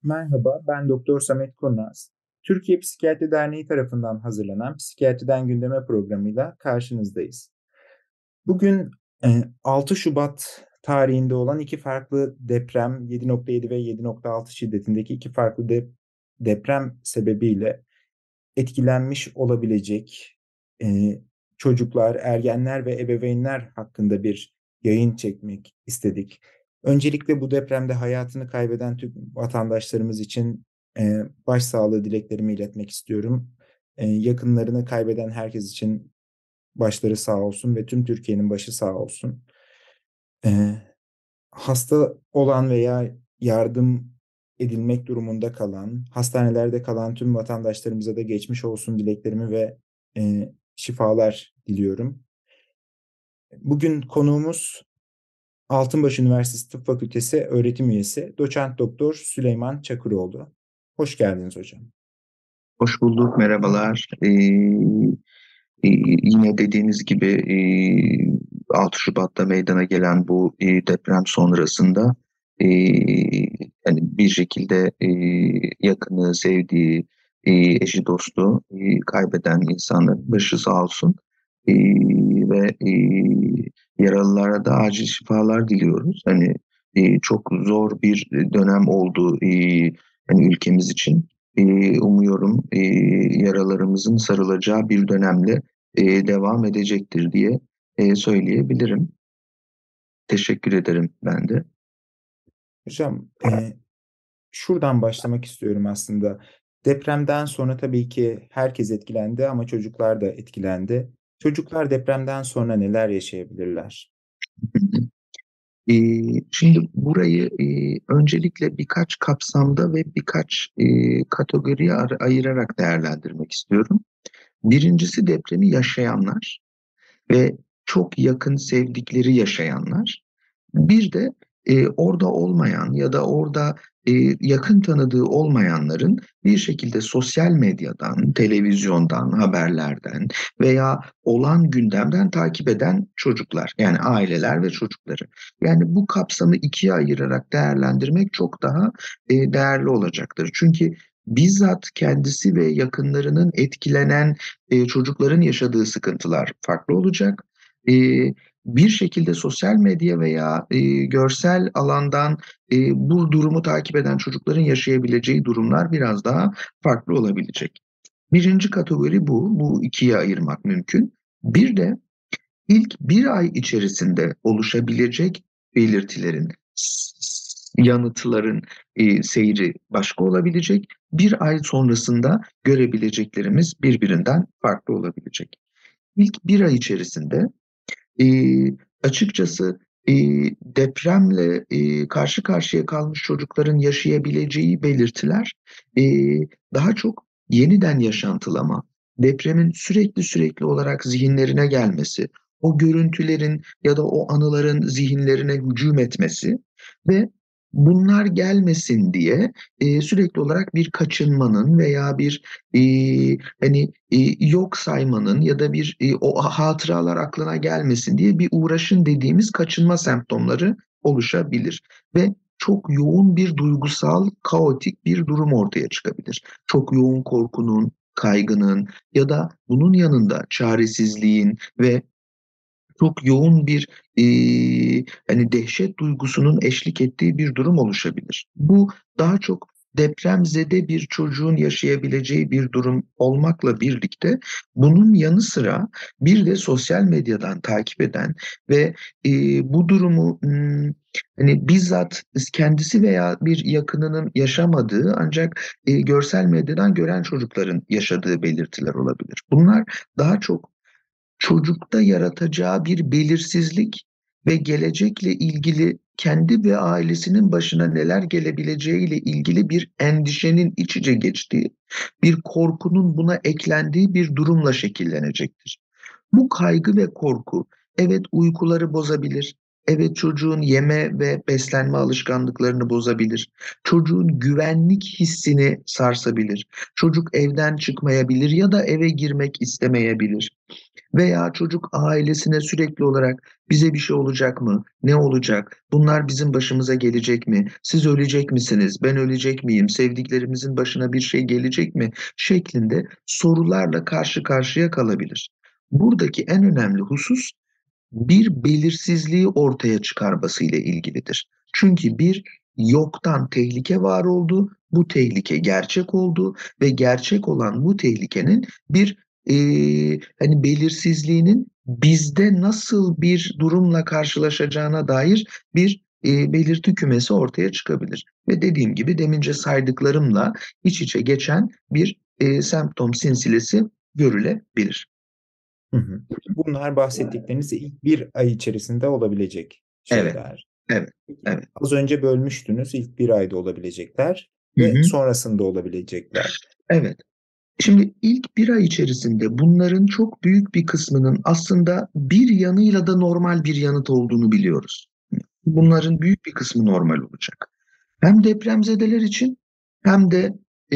Merhaba, ben Doktor Samet Kurnaz. Türkiye Psikiyatri Derneği tarafından hazırlanan Psikiyatriden Gündeme programıyla karşınızdayız. Bugün 6 Şubat tarihinde olan iki farklı deprem, 7.7 ve 7.6 şiddetindeki iki farklı deprem sebebiyle etkilenmiş olabilecek çocuklar, ergenler ve ebeveynler hakkında bir yayın çekmek istedik. Öncelikle bu depremde hayatını kaybeden tüm vatandaşlarımız için başsağlığı dileklerimi iletmek istiyorum. Yakınlarını kaybeden herkes için başları sağ olsun ve tüm Türkiye'nin başı sağ olsun. E, Hasta olan veya yardım edilmek durumunda kalan, hastanelerde kalan tüm vatandaşlarımıza da geçmiş olsun dileklerimi ve şifalar diliyorum. Bugün konuğumuz Altınbaş Üniversitesi Tıp Fakültesi öğretim üyesi Doçent Doktor Süleyman Çakıroğlu. Hoş geldiniz hocam. Hoş bulduk, merhabalar. Yine dediğiniz gibi 6 Şubat'ta meydana gelen bu deprem sonrasında e, hani bir şekilde yakını, sevdiği, eşi, dostu kaybeden insanların başı sağ olsun. E, ve yaralılara da acil şifalar diliyoruz. Hani çok zor bir dönem oldu hani ülkemiz için. Umuyorum yaralarımızın sarılacağı bir dönemle devam edecektir diye söyleyebilirim. Teşekkür ederim ben de. Hocam, şuradan başlamak istiyorum aslında. Depremden sonra tabii ki herkes etkilendi ama çocuklar da etkilendi. Çocuklar depremden sonra neler yaşayabilirler? E, Şimdi burayı öncelikle birkaç kapsamda ve birkaç kategoriye ayırarak değerlendirmek istiyorum. Birincisi depremi yaşayanlar ve çok yakın sevdikleri yaşayanlar. Bir de orada olmayan ya da orada yakın tanıdığı olmayanların bir şekilde sosyal medyadan, televizyondan, haberlerden veya olan gündemden takip eden çocuklar, yani aileler ve çocukları. Yani bu kapsamı ikiye ayırarak değerlendirmek çok daha değerli olacaktır. Çünkü bizzat kendisi ve yakınlarının etkilenen çocukların yaşadığı sıkıntılar farklı olacak. E, Bir şekilde sosyal medya veya görsel alandan bu durumu takip eden çocukların yaşayabileceği durumlar biraz daha farklı olabilecek. Birinci kategori bu. Bu ikiye ayırmak mümkün. Bir de ilk bir ay içerisinde oluşabilecek belirtilerin, yanıtların seyri başka olabilecek. Bir ay sonrasında görebileceklerimiz birbirinden farklı olabilecek. İlk bir ay içerisinde e, açıkçası e, depremle karşı karşıya kalmış çocukların yaşayabileceği belirtiler e, daha çok yeniden yaşantılama, depremin sürekli olarak zihinlerine gelmesi, o görüntülerin ya da o anıların zihinlerine hücum etmesi ve bunlar gelmesin diye sürekli olarak bir kaçınmanın veya bir e, hani yok saymanın ya da bir o hatıralar aklına gelmesin diye bir uğraşın dediğimiz kaçınma semptomları oluşabilir ve çok yoğun bir duygusal, kaotik bir durum ortaya çıkabilir. Çok yoğun korkunun, kaygının ya da bunun yanında çaresizliğin ve çok yoğun bir hani dehşet duygusunun eşlik ettiği bir durum oluşabilir. Bu daha çok depremzede bir çocuğun yaşayabileceği bir durum olmakla birlikte bunun yanı sıra bir de sosyal medyadan takip eden ve bu durumu hani bizzat kendisi veya bir yakınının yaşamadığı ancak görsel medyadan gören çocukların yaşadığı belirtiler olabilir. Bunlar daha çok çocukta yaratacağı bir belirsizlik ve gelecekle ilgili kendi ve ailesinin başına neler gelebileceğiyle ilgili bir endişenin iç içe geçtiği, bir korkunun buna eklendiği bir durumla şekillenecektir. Bu kaygı ve korku, evet uykuları bozabilir, evet çocuğun yeme ve beslenme alışkanlıklarını bozabilir, çocuğun güvenlik hissini sarsabilir, çocuk evden çıkmayabilir ya da eve girmek istemeyebilir. veya çocuk ailesine sürekli olarak bize bir şey olacak mı? Ne olacak? Bunlar bizim başımıza gelecek mi? Siz ölecek misiniz? Ben ölecek miyim? Sevdiklerimizin başına bir şey gelecek mi? Şeklinde sorularla karşı karşıya kalabilir. Buradaki en önemli husus bir belirsizliği ortaya çıkarmasıyla ilgilidir. Çünkü bir yoktan tehlike var oldu, bu tehlike gerçek oldu ve gerçek olan bu tehlikenin bir hani belirsizliğinin bizde nasıl bir durumla karşılaşacağına dair bir belirti kümesi ortaya çıkabilir. Ve dediğim gibi demince saydıklarımla iç içe geçen bir semptom silsilesi görülebilir. Hı hı. Bunlar bahsettikleriniz ilk bir ay içerisinde olabilecek Evet, şeyler. evet, Peki, evet. az önce bölmüştünüz. İlk bir ayda olabilecekler Hı ve hı, sonrasında olabilecekler. evet. Şimdi ilk bir ay içerisinde bunların çok büyük bir kısmının aslında bir yanıyla da normal bir yanıt olduğunu biliyoruz. Hı hı. Bunların büyük bir kısmı normal olacak. Hem depremzedeler için hem de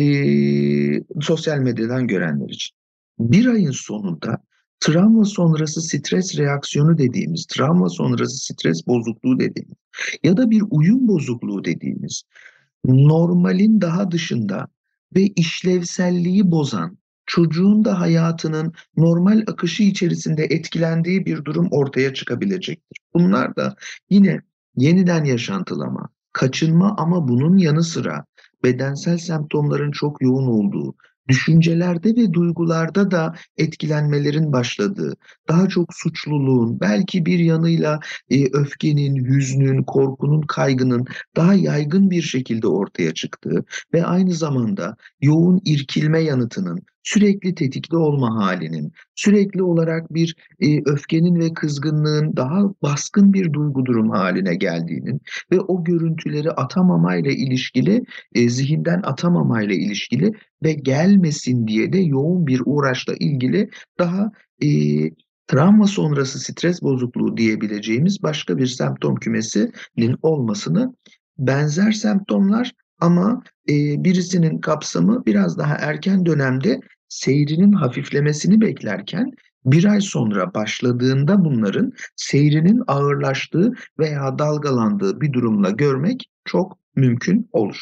sosyal medyadan görenler için. Bir ayın sonunda travma sonrası stres reaksiyonu dediğimiz, travma sonrası stres bozukluğu dediğimiz ya da bir uyum bozukluğu dediğimiz normalin daha dışında ve işlevselliği bozan, çocuğun da hayatının normal akışı içerisinde etkilendiği bir durum ortaya çıkabilecektir. Bunlar da yine yeniden yaşantılama, kaçınma ama bunun yanı sıra bedensel semptomların çok yoğun olduğu, düşüncelerde ve duygularda da etkilenmelerin başladığı, daha çok suçluluğun, belki bir yanıyla öfkenin, hüznün, korkunun, kaygının daha yaygın bir şekilde ortaya çıktığı ve aynı zamanda yoğun irkilme yanıtının, sürekli tetikte olma halinin, sürekli olarak bir öfkenin ve kızgınlığın daha baskın bir duygu durum haline geldiğinin ve o görüntüleri atamamayla ilişkili, zihinden atamamayla ilişkili ve gelmesin diye de yoğun bir uğraşla ilgili daha e, travma sonrası stres bozukluğu diyebileceğimiz başka bir semptom kümesinin olmasını, benzer semptomlar ama birisinin kapsamı biraz daha erken dönemde seyrinin hafiflemesini beklerken bir ay sonra başladığında bunların seyrinin ağırlaştığı veya dalgalandığı bir durumla görmek çok mümkün olur.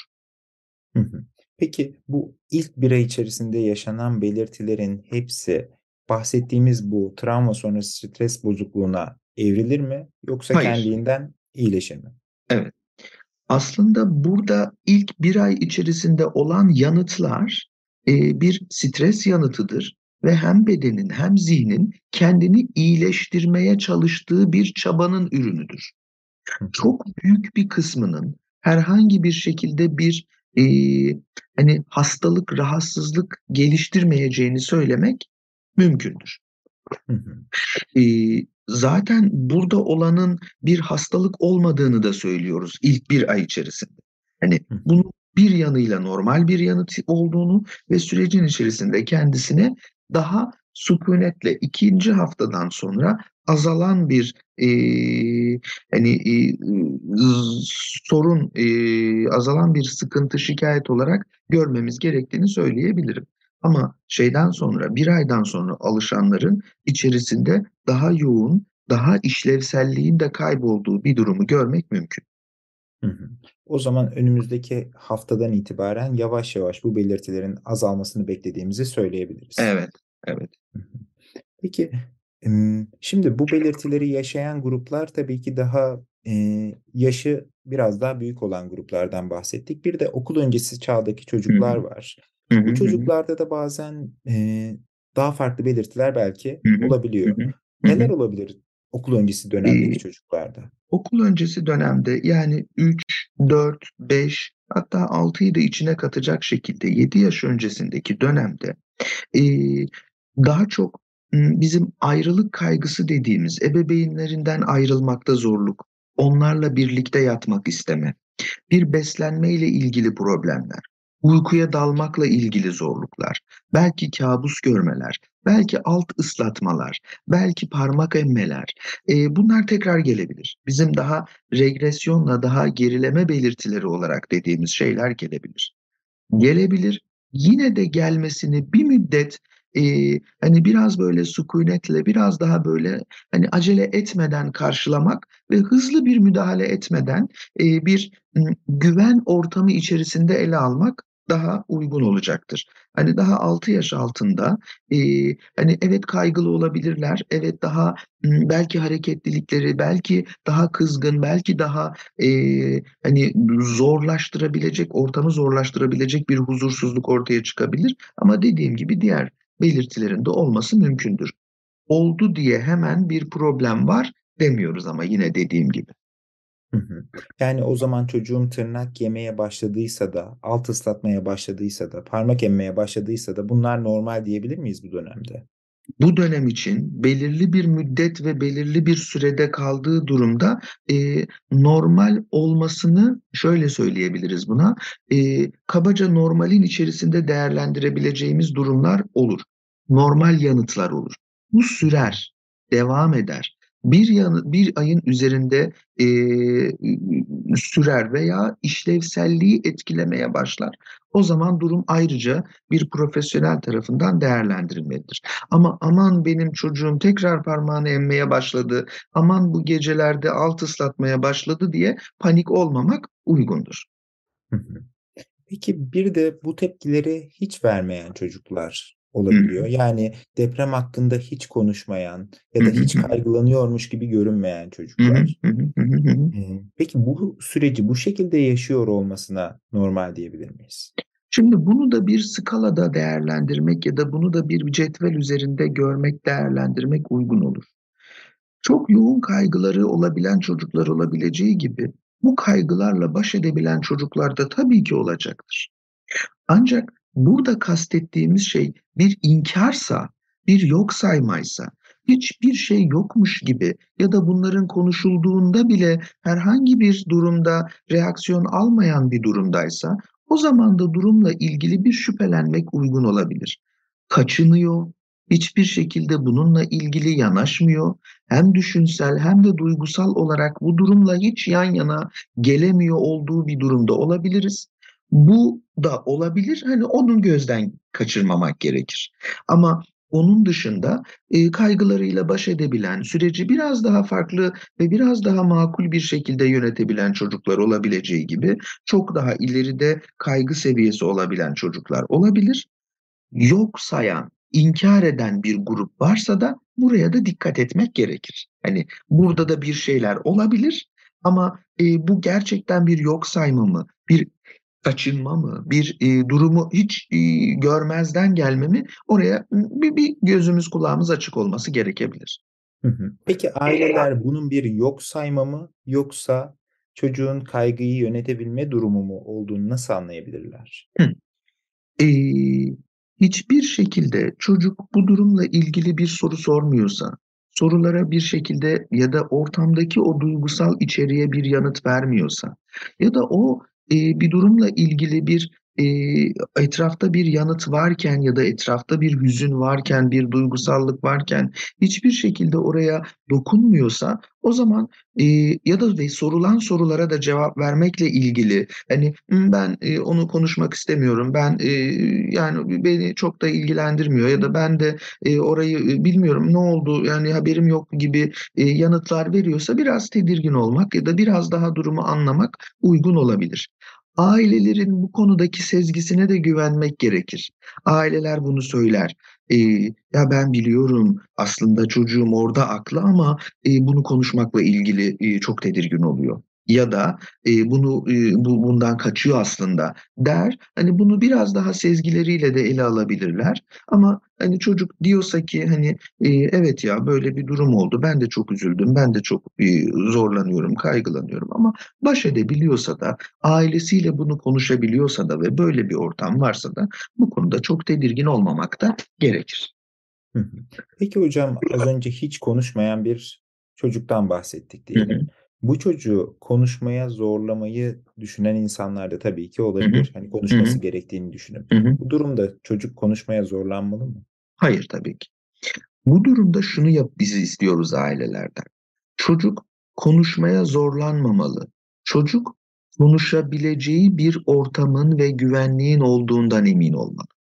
Hı hı. Peki bu ilk bir ay içerisinde yaşanan belirtilerin hepsi bahsettiğimiz bu travma sonrası stres bozukluğuna evrilir mi yoksa Hayır, kendiliğinden iyileşir mi? evet. Aslında burada ilk bir ay içerisinde olan yanıtlar bir stres yanıtıdır ve hem bedenin hem zihnin kendini iyileştirmeye çalıştığı bir çabanın ürünüdür. Hı hı. Çok büyük bir kısmının herhangi bir şekilde bir e, hani hastalık, rahatsızlık geliştirmeyeceğini söylemek mümkündür. Hı hı. Zaten burada olanın bir hastalık olmadığını da söylüyoruz ilk bir ay içerisinde. Hani Hı hı. bunun bir yanıyla normal bir yanıt olduğunu ve sürecin içerisinde kendisine daha sükunetle ikinci haftadan sonra azalan bir hani sorun, azalan bir sıkıntı, şikayet olarak görmemiz gerektiğini söyleyebilirim. Ama şeyden sonra, bir aydan sonra alışanların içerisinde daha yoğun, daha işlevselliğin de kaybolduğu bir durumu görmek mümkün. Hı hı. O zaman önümüzdeki haftadan itibaren yavaş yavaş bu belirtilerin azalmasını beklediğimizi söyleyebiliriz. Evet, evet. Hı hı. Peki, şimdi bu belirtileri yaşayan gruplar tabii ki daha yaşı biraz daha büyük olan gruplardan bahsettik. Bir de okul öncesi çağdaki Hı çocuklar hı, var. hı hı, Bu hı hı, çocuklarda da bazen daha farklı belirtiler belki hı hı, hı olabiliyor. hı, hı Neler hı. olabilir okul öncesi dönemdeki Ee, çocuklarda? Okul öncesi dönemde yani 3, 4, 5 hatta 6'yı da içine katacak şekilde 7 yaş öncesindeki dönemde Ee, daha çok bizim ayrılık kaygısı dediğimiz ebeveynlerinden ayrılmakta zorluk, onlarla birlikte yatmak isteme, bir beslenmeyle ilgili problemler, uykuya dalmakla ilgili zorluklar, belki kabus görmeler, belki alt ıslatmalar, belki parmak emmeler, bunlar tekrar gelebilir. Bizim daha regresyonla, daha gerileme belirtileri olarak dediğimiz şeyler gelebilir. Gelebilir. Yine de gelmesini bir müddet hani biraz böyle sükunetle, biraz daha böyle hani acele etmeden karşılamak ve hızlı bir müdahale etmeden bir güven ortamı içerisinde ele almak daha uygun olacaktır. Hani daha 6 yaş altında e, hani evet kaygılı olabilirler, evet daha belki hareketlilikleri, belki daha kızgın, belki daha hani zorlaştırabilecek, ortamı zorlaştırabilecek bir huzursuzluk ortaya çıkabilir. Ama dediğim gibi diğer belirtilerin de olması mümkündür. Oldu diye hemen bir problem var demiyoruz ama yine dediğim gibi. Hı hı. Yani o zaman çocuğum tırnak yemeye başladıysa da, alt ıslatmaya başladıysa da, parmak emmeye başladıysa da bunlar normal diyebilir miyiz bu dönemde? Bu dönem için belirli bir müddet ve belirli bir sürede kaldığı durumda normal olmasını şöyle söyleyebiliriz buna. Kabaca normalin içerisinde değerlendirebileceğimiz durumlar olur. Normal yanıtlar olur. Bu Hı hı. sürer, devam eder. Bir ayın üzerinde e, sürer veya işlevselliği etkilemeye başlar. O zaman durum ayrıca bir profesyonel tarafından değerlendirilmelidir. Ama aman benim çocuğum tekrar parmağını emmeye başladı, aman bu gecelerde alt ıslatmaya başladı diye panik olmamak uygundur. Hı hı. Peki bir de bu tepkileri hiç vermeyen çocuklar Hı olabiliyor. hı, Yani deprem hakkında hiç konuşmayan hı ya da hı, hiç hı hı, kaygılanıyormuş gibi görünmeyen hı hı, çocuklar. hı hı, hı hı. Peki bu süreci bu şekilde yaşıyor olmasına normal diyebilir miyiz? Şimdi bunu da bir skalada değerlendirmek ya da bunu da bir cetvel üzerinde görmek, değerlendirmek uygun olur. Çok yoğun kaygıları olabilen çocuklar olabileceği gibi bu kaygılarla baş edebilen çocuklar da tabii ki olacaktır. Ancak burada kastettiğimiz şey bir inkarsa, bir yok saymaysa, hiçbir şey yokmuş gibi ya da bunların konuşulduğunda bile herhangi bir durumda reaksiyon almayan bir durumdaysa, o zaman da durumla ilgili bir şüphelenmek uygun olabilir. Kaçınıyor, hiçbir şekilde bununla ilgili yanaşmıyor, hem düşünsel hem de duygusal olarak bu durumla hiç yan yana gelemiyor olduğu bir durumda olabiliriz. Bu da olabilir. Hani onun gözden kaçırmamak gerekir. Ama onun dışında kaygılarıyla baş edebilen, süreci biraz daha farklı ve biraz daha makul bir şekilde yönetebilen çocuklar olabileceği gibi çok daha ileride kaygı seviyesi olabilen çocuklar olabilir. Yok sayan, inkar eden bir grup varsa da buraya da dikkat etmek gerekir. Hani burada da bir şeyler olabilir ama bu gerçekten bir yok sayma mı, bir kaçınma mı, bir durumu hiç görmezden gelme mi? Oraya bir gözümüz kulağımız açık olması gerekebilir. Hı hı. Peki aileler bunun bir yok sayma mı yoksa çocuğun kaygıyı yönetebilme durumu mu olduğunu nasıl anlayabilirler? Hı. E, Hiçbir şekilde çocuk bu durumla ilgili bir soru sormuyorsa, sorulara bir şekilde ya da ortamdaki o duygusal içeriğe bir yanıt vermiyorsa ya da o bir durumla ilgili bir e, etrafta bir yanıt varken ya da etrafta bir hüzün varken, bir duygusallık varken hiçbir şekilde oraya dokunmuyorsa o zaman e, ya da ve sorulan sorulara da cevap vermekle ilgili hani ben onu konuşmak istemiyorum. Ben yani beni çok da ilgilendirmiyor ya da ben de orayı bilmiyorum ne oldu yani haberim yok gibi yanıtlar veriyorsa biraz tedirgin olmak ya da biraz daha durumu anlamak uygun olabilir. Ailelerin bu konudaki sezgisine de güvenmek gerekir. Aileler bunu söyler. E, Ya ben biliyorum aslında çocuğum orada aklı ama bunu konuşmakla ilgili çok tedirgin oluyor. Ya da bundan kaçıyor aslında der. Hani bunu biraz daha sezgileriyle de ele alabilirler. Ama hani çocuk diyorsa ki hani evet ya böyle bir durum oldu. Ben de çok üzüldüm. Ben de çok zorlanıyorum, kaygılanıyorum ama baş edebiliyorsa da ailesiyle bunu konuşabiliyorsa da ve böyle bir ortam varsa da bu konuda çok tedirgin olmamak da gerekir. Hı hı. Peki hocam az önce hiç konuşmayan bir çocuktan bahsettik Hı hı, diyelim. Bu çocuğu konuşmaya zorlamayı düşünen insanlar da tabii ki hı hı, olabilir. Hani hı hı, konuşması gerektiğini düşünüp. hı hı. Bu durumda çocuk konuşmaya zorlanmalı mı? Hayır tabii ki. Bu durumda şunu bizi istiyoruz ailelerden. Çocuk konuşmaya zorlanmamalı. Çocuk konuşabileceği bir ortamın ve güvenliğin olduğundan emin olmalı.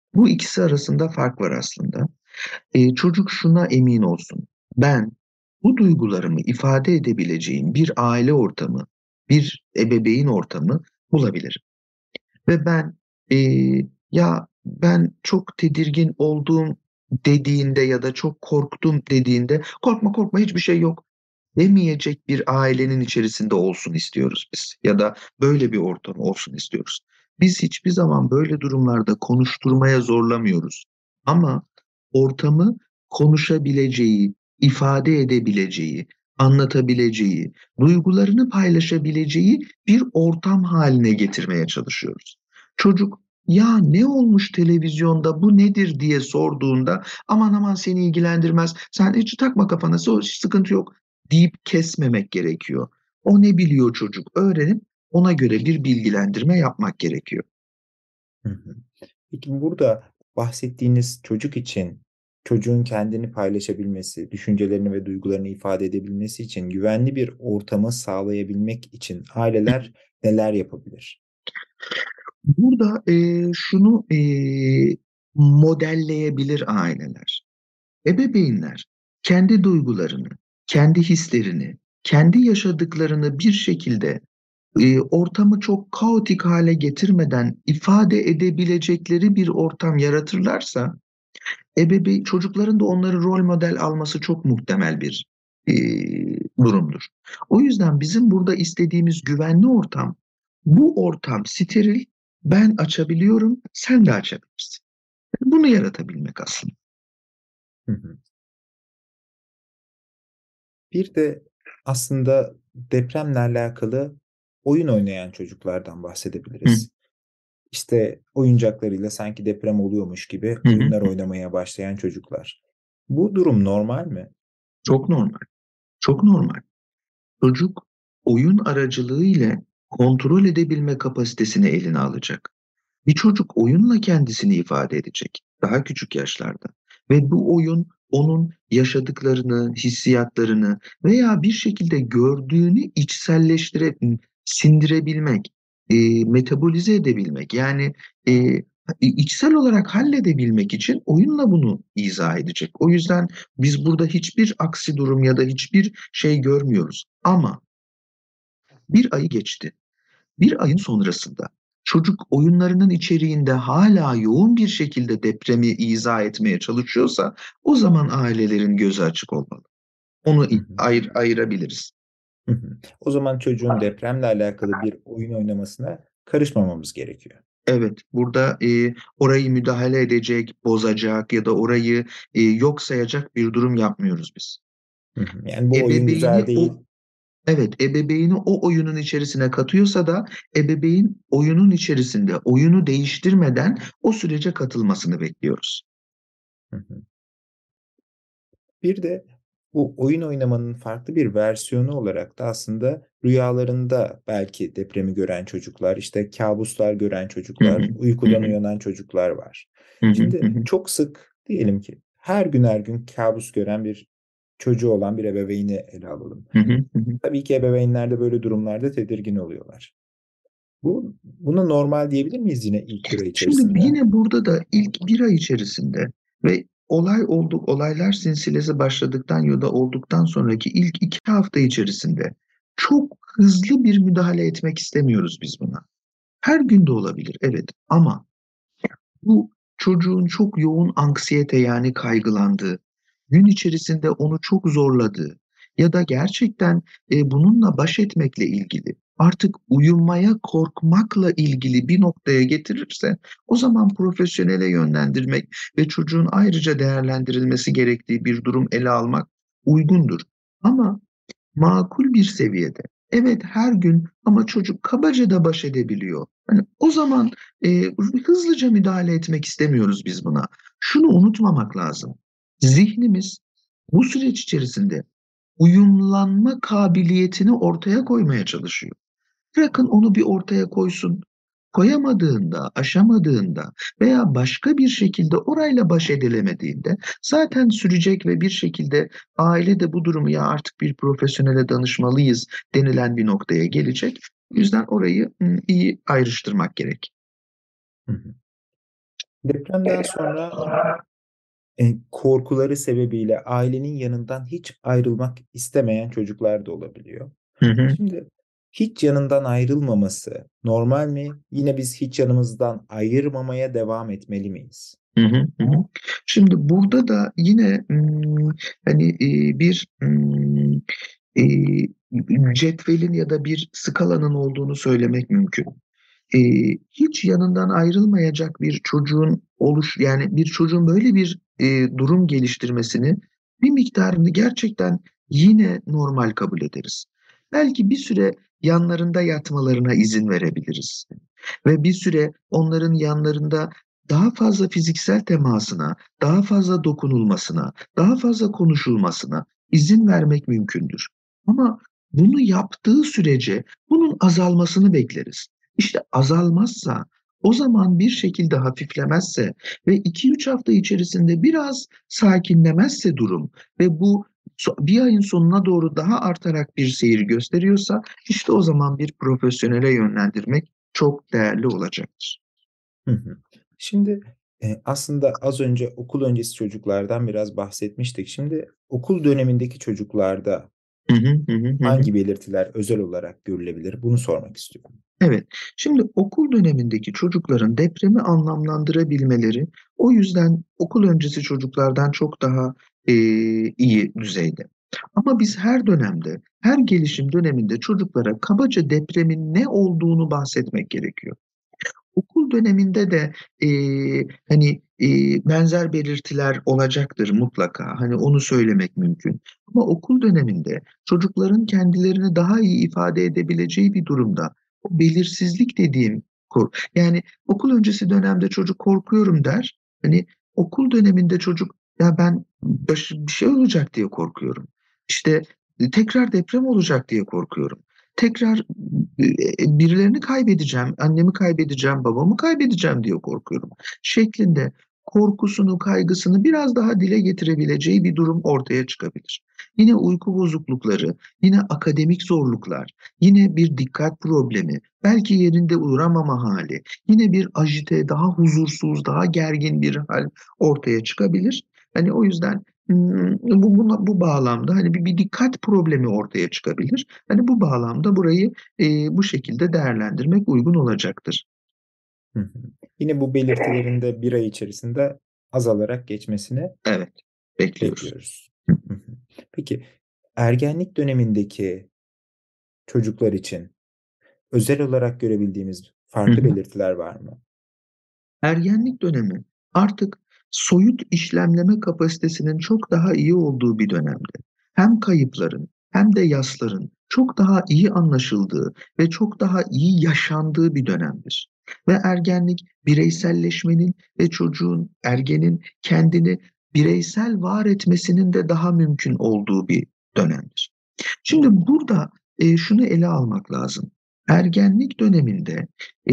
Bu ikisi arasında fark var aslında. Çocuk şuna emin olsun. Ben bu duygularımı ifade edebileceğim bir aile ortamı, bir ebeveyn ortamı bulabilirim. Ve ben ya ben çok tedirgin olduğum dediğinde ya da çok korktum dediğinde korkma korkma hiçbir şey yok demeyecek bir ailenin içerisinde olsun istiyoruz biz. Ya da böyle bir ortam olsun istiyoruz. Biz hiçbir zaman böyle durumlarda konuşturmaya zorlamıyoruz. Ama ortamı konuşabileceği, ifade edebileceği, anlatabileceği, duygularını paylaşabileceği bir ortam haline getirmeye çalışıyoruz. Çocuk ya ne olmuş televizyonda bu nedir diye sorduğunda aman aman seni ilgilendirmez. Sen hiç takma kafana sıkıntı yok deyip kesmemek gerekiyor. O ne biliyor çocuk öğrenip ona göre bir bilgilendirme yapmak gerekiyor. Hı hı. Peki burada bahsettiğiniz çocuk için çocuğun kendini paylaşabilmesi, düşüncelerini ve duygularını ifade edebilmesi için güvenli bir ortamı sağlayabilmek için aileler neler yapabilir? Burada şunu modelleyebilir aileler. Ebeveynler kendi duygularını, kendi hislerini, kendi yaşadıklarını bir şekilde ortamı çok kaotik hale getirmeden ifade edebilecekleri bir ortam yaratırlarsa çocukların da onları rol model alması çok muhtemel bir e, durumdur. O yüzden bizim burada istediğimiz güvenli ortam, bu ortam steril, ben açabiliyorum, sen de açabilirsin. Bunu yaratabilmek aslında. Hı hı. Bir de aslında depremle alakalı oyun oynayan çocuklardan Hı bahsedebiliriz. İşte oyuncaklarıyla sanki deprem oluyormuş gibi hı hı. oyunlar oynamaya başlayan çocuklar. Bu durum normal mi? Çok normal, çok normal. Çocuk oyun aracılığı ile kontrol edebilme kapasitesini eline alacak. Bir çocuk oyunla kendisini ifade edecek daha küçük yaşlarda ve bu oyun onun yaşadıklarını, hissiyatlarını veya bir şekilde gördüğünü sindirebilmek, metabolize edebilmek yani içsel olarak halledebilmek için oyunla bunu izah edecek. O yüzden biz burada hiçbir aksi durum ya da hiçbir şey görmüyoruz. Ama bir ayı geçti. Bir ayın sonrasında çocuk oyunlarının içeriğinde hala yoğun bir şekilde depremi izah etmeye çalışıyorsa o zaman ailelerin gözü açık olmalı. Onu Hı hı. ayırabiliriz. Hı hı. O zaman çocuğun depremle alakalı bir oyun oynamasına karışmamamız gerekiyor. Evet, burada orayı müdahale edecek, bozacak ya da orayı yok sayacak bir durum yapmıyoruz biz. Hı hı. Yani bu oyun Ebeveyni güzel değil. o Evet, ebeveyni o oyunun içerisine katıyorsa da ebeveyn oyunun içerisinde oyunu değiştirmeden o sürece katılmasını bekliyoruz. Hı hı. Bir de bu oyun oynamanın farklı bir versiyonu olarak da aslında rüyalarında belki depremi gören çocuklar, işte kabuslar gören Hı hı, çocuklar, hı uykudan hı, uyanan çocuklar var. hı hı, hı Şimdi hı, çok sık diyelim ki her gün kabus gören bir çocuğu olan bir ebeveyni ele alalım. hı hı, hı hı. Tabii ki ebeveynler de böyle durumlarda tedirgin oluyorlar. Buna normal diyebilir miyiz yine ilk bir ay Şimdi içerisinde? yine burada da ilk bir ay içerisinde ve olaylar silsilesi başladıktan ya da olduktan sonraki ilk 2 hafta içerisinde çok hızlı bir müdahale etmek istemiyoruz biz buna. Her gün de olabilir, evet ama bu çocuğun çok yoğun anksiyete yani kaygılandığı, gün içerisinde onu çok zorladığı ya da gerçekten bununla baş etmekle ilgili, artık uyumaya korkmakla ilgili bir noktaya getirirse o zaman profesyonele yönlendirmek ve çocuğun ayrıca değerlendirilmesi gerektiği bir durum ele almak uygundur. Ama makul bir seviyede. Evet her gün ama çocuk kabaca da baş edebiliyor. Hani o zaman hızlıca müdahale etmek istemiyoruz biz buna. Şunu unutmamak lazım. Zihnimiz bu süreç içerisinde uyumlanma kabiliyetini ortaya koymaya çalışıyor. Bırakın onu bir ortaya koysun. Koyamadığında, aşamadığında veya başka bir şekilde orayla baş edilemediğinde zaten sürecek ve bir şekilde aile de bu durumu ya artık bir profesyonele danışmalıyız denilen bir noktaya gelecek. O yüzden orayı iyi ayrıştırmak gerek. Hı hı. Depremden sonra korkuları sebebiyle ailenin yanından hiç ayrılmak istemeyen çocuklar da olabiliyor. Hı hı. Şimdi hiç yanından ayrılmaması normal mi? Yine biz hiç yanımızdan ayırmamaya devam etmeli miyiz? Hı hı, hı hı. Şimdi burada da yine hani bir e, cetvelin ya da bir skalanın olduğunu söylemek mümkün. E, Hiç yanından ayrılmayacak bir çocuğun yani bir çocuğun böyle bir durum geliştirmesini bir miktarını gerçekten yine normal kabul ederiz. Belki bir süre yanlarında yatmalarına izin verebiliriz ve bir süre onların yanlarında daha fazla fiziksel temasına, daha fazla dokunulmasına, daha fazla konuşulmasına izin vermek mümkündür. Ama bunu yaptığı sürece bunun azalmasını bekleriz. İşte azalmazsa, o zaman bir şekilde hafiflemezse ve 2-3 hafta içerisinde biraz sakinlemezse durum ve bu bir ayın sonuna doğru daha artarak bir seyir gösteriyorsa, işte o zaman bir profesyonele yönlendirmek çok değerli olacaktır. Hı hı. Şimdi aslında az önce okul öncesi çocuklardan biraz bahsetmiştik. Şimdi okul dönemindeki çocuklarda Hı hı, hı hı, hı hı. hangi belirtiler özel olarak görülebilir? Bunu sormak istiyorum. Evet, şimdi okul dönemindeki çocukların depremi anlamlandırabilmeleri o yüzden okul öncesi çocuklardan çok daha iyi düzeyde. Ama biz her dönemde, her gelişim döneminde çocuklara kabaca depremin ne olduğunu bahsetmek gerekiyor. Okul döneminde de hani benzer belirtiler olacaktır mutlaka. Hani onu söylemek mümkün. Ama okul döneminde çocukların kendilerini daha iyi ifade edebileceği bir durumda o belirsizlik dediğim yani okul öncesi dönemde çocuk korkuyorum der. Hani okul döneminde çocuk ya ben bir şey olacak diye korkuyorum. İşte tekrar deprem olacak diye korkuyorum. Tekrar birilerini kaybedeceğim, annemi kaybedeceğim, babamı kaybedeceğim diye korkuyorum şeklinde korkusunu, kaygısını biraz daha dile getirebileceği bir durum ortaya çıkabilir. Yine uyku bozuklukları, yine akademik zorluklar, yine bir dikkat problemi, belki yerinde duramama hali, yine bir ajite, daha huzursuz, daha gergin bir hal ortaya çıkabilir. Hani o yüzden bu bağlamda hani bir dikkat problemi ortaya çıkabilir. Hani bu bağlamda burayı bu şekilde değerlendirmek uygun olacaktır. Hı hı. Yine bu belirtilerin de bir ay içerisinde azalarak geçmesini Evet, bekliyoruz. bekliyoruz. Hı hı. Peki ergenlik dönemindeki çocuklar için özel olarak görebildiğimiz Hı farklı hı. belirtiler var mı? Ergenlik dönemi artık soyut işlemleme kapasitesinin çok daha iyi olduğu bir dönemde. Hem kayıpların hem de yasların çok daha iyi anlaşıldığı ve çok daha iyi yaşandığı bir dönemdir. Ve ergenlik bireyselleşmenin ve çocuğun, ergenin kendini bireysel var etmesinin de daha mümkün olduğu bir dönemdir. Şimdi burada şunu ele almak lazım. Ergenlik döneminde e,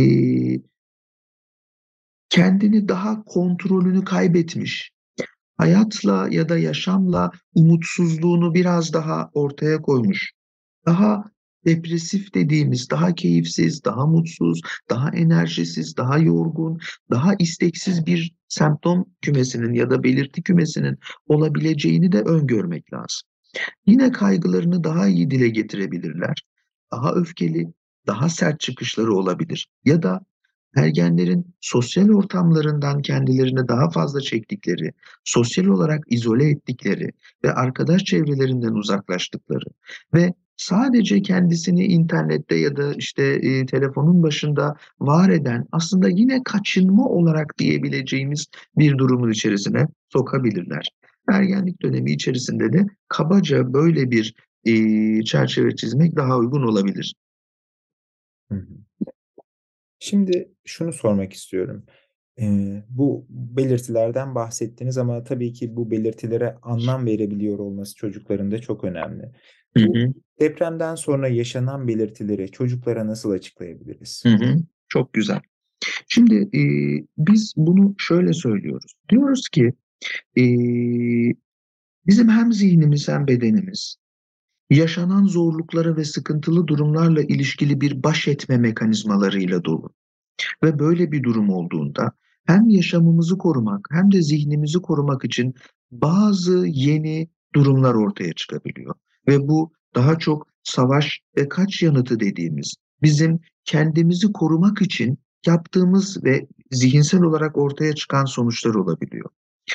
kendini daha kontrolünü kaybetmiş, hayatla ya da yaşamla umutsuzluğunu biraz daha ortaya koymuş, daha depresif dediğimiz, daha keyifsiz, daha mutsuz, daha enerjisiz, daha yorgun, daha isteksiz bir semptom kümesinin ya da belirti kümesinin olabileceğini de öngörmek lazım. Yine kaygılarını daha iyi dile getirebilirler. Daha öfkeli, daha sert çıkışları olabilir. Ya da ergenlerin sosyal ortamlarından kendilerini daha fazla çektikleri, sosyal olarak izole ettikleri ve arkadaş çevrelerinden uzaklaştıkları ve sadece kendisini internette ya da işte telefonun başında var eden aslında yine kaçınma olarak diyebileceğimiz bir durumun içerisine sokabilirler. Ergenlik dönemi içerisinde de kabaca böyle bir çerçeve çizmek daha uygun olabilir. Hı hı. Şimdi şunu sormak istiyorum. Bu belirtilerden bahsettiniz ama tabii ki bu belirtilere anlam verebiliyor olması çocukların da çok önemli. Hı Bu hı, depremden sonra yaşanan belirtileri çocuklara nasıl açıklayabiliriz? hı hı. Çok güzel. Şimdi biz bunu şöyle söylüyoruz. Diyoruz ki e, bizim hem zihnimiz hem bedenimiz yaşanan zorluklara ve sıkıntılı durumlarla ilişkili bir baş etme mekanizmalarıyla dolu. Ve böyle bir durum olduğunda hem yaşamımızı korumak hem de zihnimizi korumak için bazı yeni durumlar ortaya çıkabiliyor. Ve bu daha çok savaş ve kaç yanıtı dediğimiz, bizim kendimizi korumak için yaptığımız ve zihinsel olarak ortaya çıkan sonuçlar olabiliyor.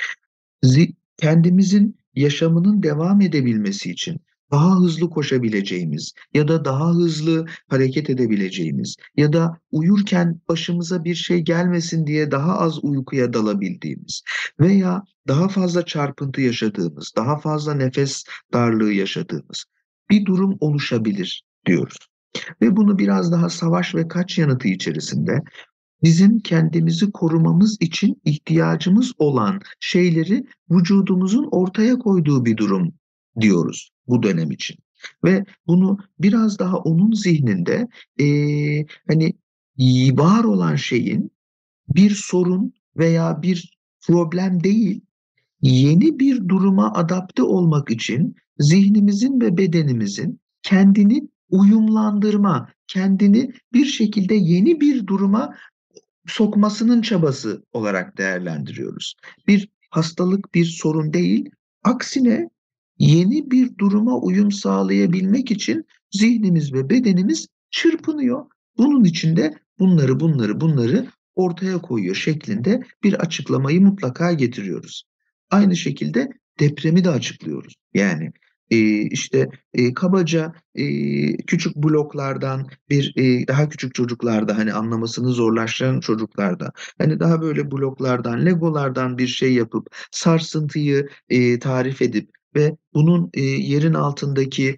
Kendimizin yaşamının devam edebilmesi için daha hızlı koşabileceğimiz ya da daha hızlı hareket edebileceğimiz ya da uyurken başımıza bir şey gelmesin diye daha az uykuya dalabildiğimiz veya daha fazla çarpıntı yaşadığımız, daha fazla nefes darlığı yaşadığımız bir durum oluşabilir diyoruz. Ve bunu biraz daha savaş ve kaç yanıtı içerisinde bizim kendimizi korumamız için ihtiyacımız olan şeyleri vücudumuzun ortaya koyduğu bir durum diyoruz bu dönem için. Ve bunu biraz daha onun zihninde hani var olan şeyin bir sorun veya bir problem değil, yeni bir duruma adapte olmak için zihnimizin ve bedenimizin kendini uyumlandırma, kendini bir şekilde yeni bir duruma sokmasının çabası olarak değerlendiriyoruz. Bir hastalık, bir sorun değil, aksine yeni bir duruma uyum sağlayabilmek için zihnimiz ve bedenimiz çırpınıyor. Bunun için de bunları ortaya koyuyor şeklinde bir açıklamayı mutlaka getiriyoruz. Aynı şekilde depremi de açıklıyoruz. Yani işte kabaca küçük bloklardan daha küçük çocuklarda hani anlamasını zorlaştıran çocuklarda hani daha böyle bloklardan, legolardan bir şey yapıp sarsıntıyı tarif edip ve bunun yerin altındaki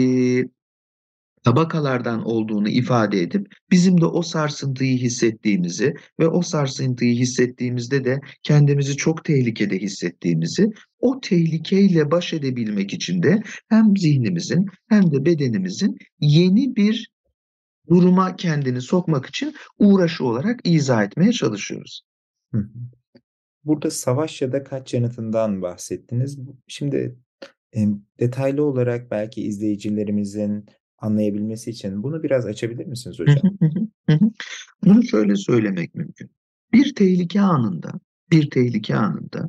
tabakalardan olduğunu ifade edip bizim de o sarsıntıyı hissettiğimizi ve o sarsıntıyı hissettiğimizde de kendimizi çok tehlikede hissettiğimizi, o tehlikeyle baş edebilmek için de hem zihnimizin hem de bedenimizin yeni bir duruma kendini sokmak için uğraşı olarak izah etmeye çalışıyoruz. Hı hı. Burada savaş ya da kaç yanıtından bahsettiniz. Şimdi detaylı olarak belki izleyicilerimizin anlayabilmesi için bunu biraz açabilir misiniz Hı hocam? hı, hı hı, hı hı. Bunu şöyle söylemek mümkün. Bir tehlike anında, bir tehlike anında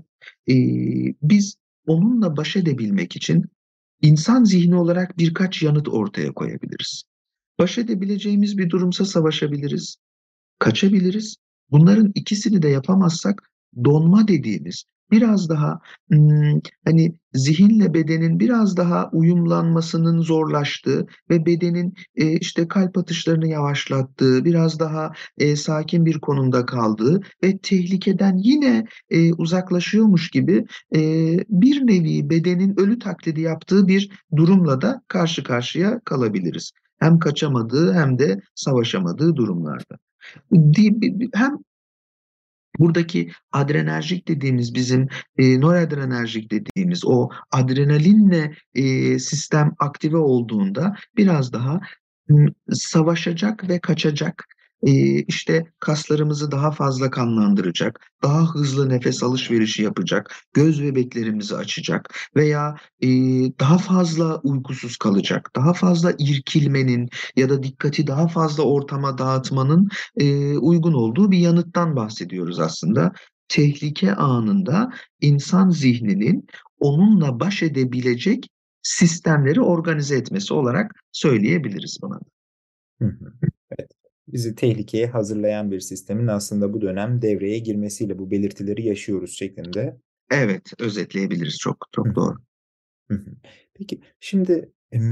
biz onunla baş edebilmek için insan zihni olarak birkaç yanıt ortaya koyabiliriz. Baş edebileceğimiz bir durumsa savaşabiliriz, kaçabiliriz. Bunların ikisini de yapamazsak donma dediğimiz biraz daha hani zihinle bedenin biraz daha uyumlanmasının zorlaştığı ve bedenin işte kalp atışlarını yavaşlattığı, biraz daha sakin bir konumda kaldığı ve tehlikeden yine uzaklaşıyormuş gibi e, bir nevi bedenin ölü taklidi yaptığı bir durumla da karşı karşıya kalabiliriz. Hem kaçamadığı hem de savaşamadığı durumlarda. Hem buradaki adrenerjik dediğimiz bizim noradrenerjik dediğimiz o adrenalinle sistem aktive olduğunda biraz daha savaşacak ve kaçacak, işte kaslarımızı daha fazla kanlandıracak, daha hızlı nefes alışverişi yapacak, göz bebeklerimizi açacak veya e, daha fazla uykusuz kalacak, daha fazla irkilmenin ya da dikkati daha fazla ortama dağıtmanın uygun olduğu bir yanıttan bahsediyoruz aslında. Tehlike anında insan zihninin onunla baş edebilecek sistemleri organize etmesi olarak söyleyebiliriz buna. Hı hı. Evet. Bizi tehlikeye hazırlayan bir sistemin aslında bu dönem devreye girmesiyle bu belirtileri yaşıyoruz şeklinde. Evet, özetleyebiliriz. Çok Hı çok hı. doğru. Hı hı. Peki şimdi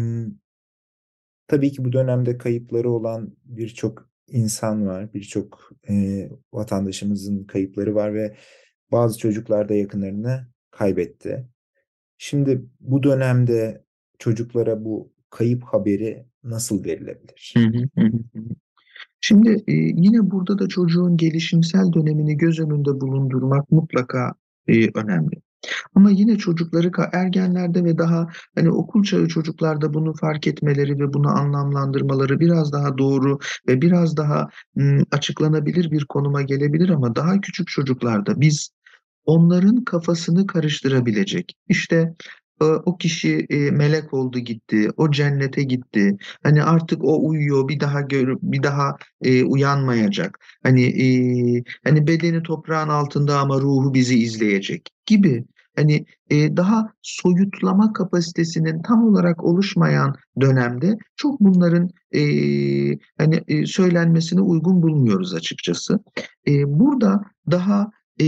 tabii ki bu dönemde kayıpları olan birçok insan var, birçok vatandaşımızın kayıpları var ve bazı çocuklar da yakınlarını kaybetti. Şimdi bu dönemde çocuklara bu kayıp haberi nasıl Hı verilebilir? hı, hı hı, hı. Şimdi yine burada da çocuğun gelişimsel dönemini göz önünde bulundurmak mutlaka önemli. Ama yine çocukları ergenlerde ve daha hani okul çağı çocuklarda bunu fark etmeleri ve bunu anlamlandırmaları biraz daha doğru ve biraz daha açıklanabilir bir konuma gelebilir ama daha küçük çocuklarda biz onların kafasını karıştırabilecek, işte o kişi melek oldu gitti, o cennete gitti. Hani artık o uyuyor, bir daha uyanmayacak. Hani bedeni toprağın altında ama ruhu bizi izleyecek gibi. Daha soyutlama kapasitesinin tam olarak oluşmayan dönemde çok bunların söylenmesine uygun bulmuyoruz açıkçası. Burada daha e,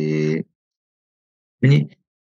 hani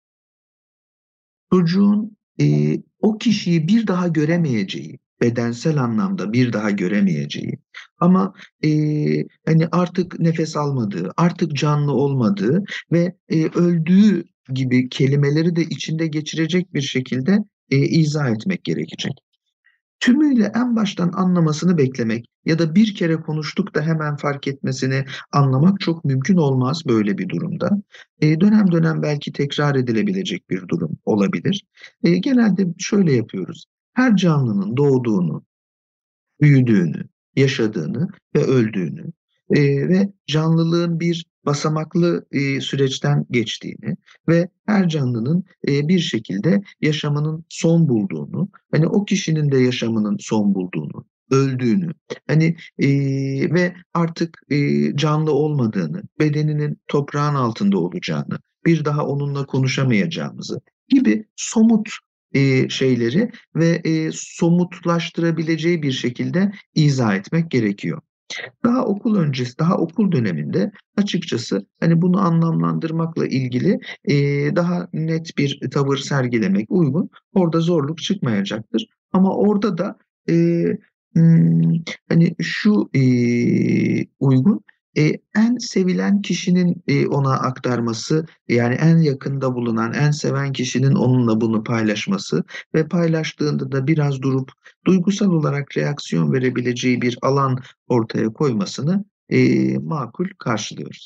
çocuğun o kişiyi bir daha göremeyeceği, bedensel anlamda bir daha göremeyeceği ama hani artık nefes almadığı, artık canlı olmadığı ve öldüğü gibi kelimeleri de içinde geçirecek bir şekilde izah etmek gerekecek. Tümüyle en baştan anlamasını beklemek ya da bir kere konuştuk da hemen fark etmesini anlamak çok mümkün olmaz böyle bir durumda. Dönem dönem belki tekrar edilebilecek bir durum olabilir. Genelde şöyle yapıyoruz. Her canlının doğduğunu, büyüdüğünü, yaşadığını ve öldüğünü ve canlılığın bir basamaklı süreçten geçtiğini ve her canlının bir şekilde yaşamının son bulduğunu, hani o kişinin de yaşamının son bulduğunu, öldüğünü, ve artık canlı olmadığını, bedeninin toprağın altında olacağını, bir daha onunla konuşamayacağımızı gibi somut şeyleri ve somutlaştırabileceği bir şekilde izah etmek gerekiyor. Daha okul öncesi, daha okul döneminde açıkçası hani bunu anlamlandırmakla ilgili daha net bir tavır sergilemek uygun. Orada zorluk çıkmayacaktır. Ama orada da e, hmm, hani şu uygun. En sevilen kişinin ona aktarması, yani en yakında bulunan, en seven kişinin onunla bunu paylaşması ve paylaştığında da biraz durup duygusal olarak reaksiyon verebileceği bir alan ortaya koymasını makul karşılıyoruz.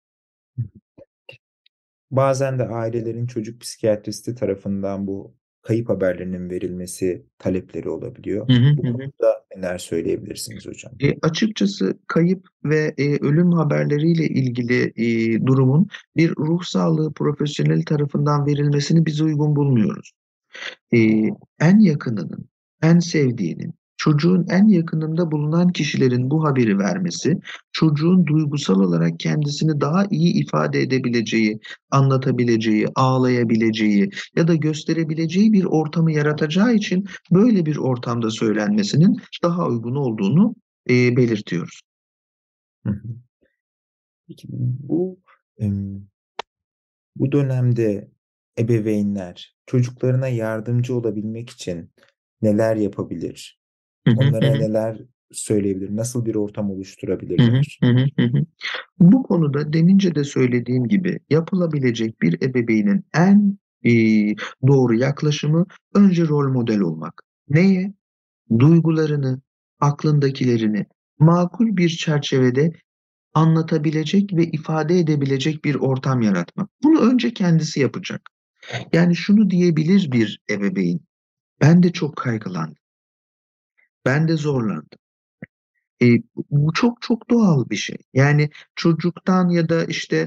Bazen de ailelerin çocuk psikiyatristi tarafından bu kayıp haberlerinin verilmesi talepleri olabiliyor. Hı hı, Bu hı hı. konuda neler söyleyebilirsiniz hocam? Açıkçası kayıp ve ölüm haberleriyle ilgili durumun bir ruh sağlığı profesyoneli tarafından verilmesini biz uygun bulmuyoruz. e, En yakınının, en sevdiğinin, çocuğun en yakınında bulunan kişilerin bu haberi vermesi, çocuğun duygusal olarak kendisini daha iyi ifade edebileceği, anlatabileceği, ağlayabileceği ya da gösterebileceği bir ortamı yaratacağı için böyle bir ortamda söylenmesinin daha uygun olduğunu belirtiyoruz. Hı hı. Peki em, bu dönemde ebeveynler çocuklarına yardımcı olabilmek için neler yapabilir? Hı hı, hı Onlara hı. neler söyleyebilir? Nasıl bir ortam Hı hı, oluşturabilirler? hı hı, hı hı. Bu konuda demince de söylediğim gibi yapılabilecek bir ebeveynin en e, doğru yaklaşımı önce rol model olmak. Neye? Duygularını, aklındakilerini makul bir çerçevede anlatabilecek ve ifade edebilecek bir ortam yaratmak. Bunu önce kendisi yapacak. Yani şunu diyebilir bir ebeveyn: ben de çok kaygılandım, ben de zorlandım. Bu çok çok doğal bir şey. Yani çocuktan ya da işte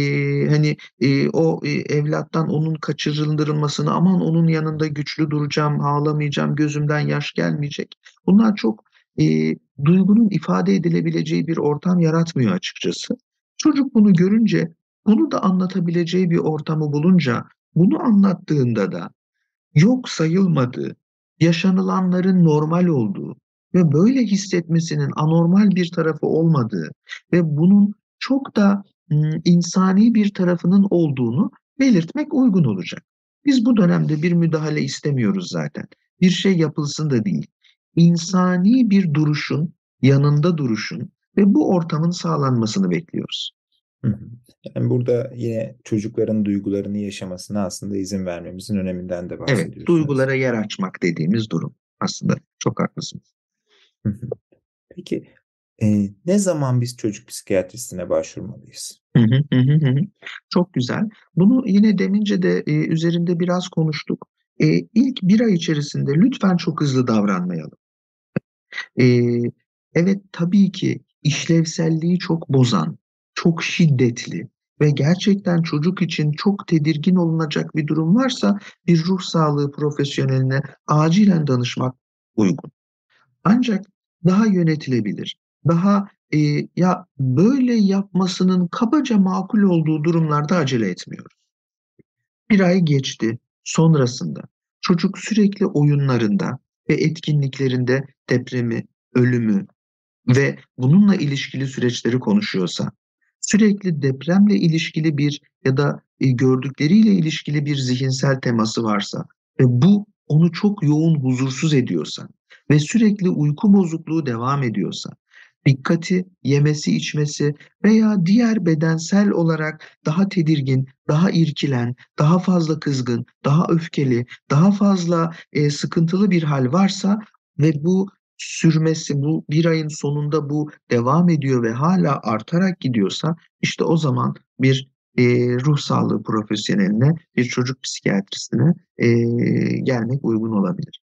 o evlattan onun kaçırıldırılmasını, aman onun yanında güçlü duracağım, ağlamayacağım, gözümden yaş gelmeyecek. Bunlar çok duygunun ifade edilebileceği bir ortam yaratmıyor açıkçası. Çocuk bunu görünce, bunu da anlatabileceği bir ortamı bulunca, bunu anlattığında da yok sayılmadığı, yaşanılanların normal olduğu ve böyle hissetmesinin anormal bir tarafı olmadığı ve bunun çok da insani bir tarafının olduğunu belirtmek uygun olacak. Biz bu dönemde bir müdahale istemiyoruz zaten. Bir şey yapılsın da değil. İnsani bir duruşun, yanında duruşun ve bu ortamın sağlanmasını bekliyoruz. Hı hı. Yani burada yine çocukların duygularını yaşamasına aslında izin vermemizin öneminden de Evet, bahsediyorsunuz. duygulara yer açmak dediğimiz durum. Aslında çok haklısınız. Hı hı. Peki ne zaman biz çocuk psikiyatristine başvurmalıyız? Hı hı, hı hı, hı hı. Çok güzel. Bunu yine demince de üzerinde biraz konuştuk. İlk bir ay içerisinde lütfen çok hızlı davranmayalım. E, evet, tabii ki işlevselliği çok bozan, çok şiddetli ve gerçekten çocuk için çok tedirgin olunacak bir durum varsa bir ruh sağlığı profesyoneline acilen danışmak uygun. Ancak daha yönetilebilir, daha ya böyle yapmasının kabaca makul olduğu durumlarda acele etmiyoruz. Bir ay geçti. Sonrasında çocuk sürekli oyunlarında ve etkinliklerinde depremi, ölümü ve bununla ilişkili süreçleri konuşuyorsa, sürekli depremle ilişkili bir ya da gördükleriyle ilişkili bir zihinsel teması varsa ve bu onu çok yoğun huzursuz ediyorsa ve sürekli uyku bozukluğu devam ediyorsa, dikkati, yemesi, içmesi veya diğer bedensel olarak daha tedirgin, daha irkilen, daha fazla kızgın, daha öfkeli, daha fazla sıkıntılı bir hal varsa ve bu sürmesi, bu bir ayın sonunda bu devam ediyor ve hala artarak gidiyorsa, işte o zaman bir ruh sağlığı profesyoneline, bir çocuk psikiyatristine gelmek uygun olabilir.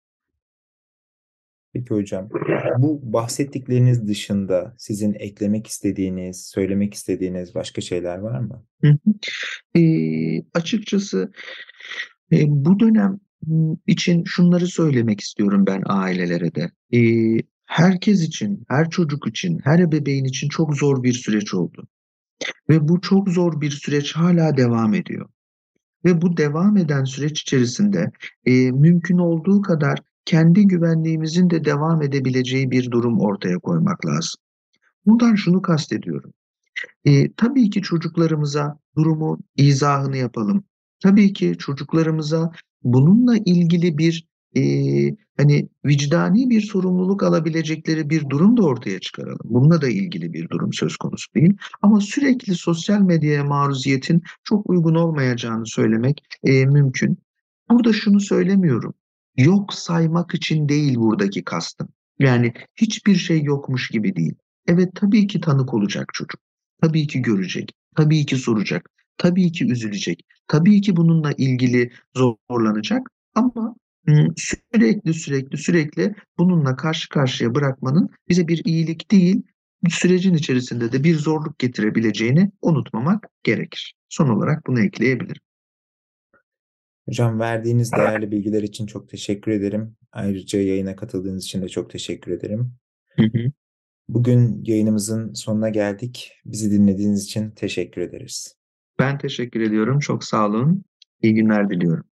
Peki hocam, bu bahsettikleriniz dışında sizin eklemek istediğiniz, söylemek istediğiniz başka şeyler var mı? Hı hı. Açıkçası bu dönem için şunları söylemek istiyorum ben ailelere de. Herkes için, her çocuk için, her ebeveyn için çok zor bir süreç oldu. Ve bu çok zor bir süreç hala devam ediyor. Ve bu devam eden süreç içerisinde mümkün olduğu kadar kendi güvenliğimizin de devam edebileceği bir durum ortaya koymak lazım. Bundan şunu kastediyorum. Tabii ki çocuklarımıza durumu izahını yapalım. Tabii ki çocuklarımıza bununla ilgili bir hani vicdani bir sorumluluk alabilecekleri bir durum da ortaya çıkaralım. Bununla da ilgili bir durum söz konusu değil. Ama sürekli sosyal medyaya maruziyetin çok uygun olmayacağını söylemek mümkün. Burada şunu söylemiyorum. Yok saymak için değil buradaki kastım. Yani hiçbir şey yokmuş gibi değil. Evet, tabii ki tanık olacak çocuk. Tabii ki görecek, tabii ki soracak, tabii ki üzülecek, tabii ki bununla ilgili zorlanacak ama sürekli bununla karşı karşıya bırakmanın bize bir iyilik değil, sürecin içerisinde de bir zorluk getirebileceğini unutmamak gerekir. Son olarak bunu ekleyebilirim. Hocam, verdiğiniz değerli bilgiler için çok teşekkür ederim. Ayrıca yayına katıldığınız için de çok teşekkür ederim. Hı hı. Bugün yayınımızın sonuna geldik. Bizi dinlediğiniz için teşekkür ederiz. Ben teşekkür ediyorum. Çok sağ olun. İyi günler diliyorum.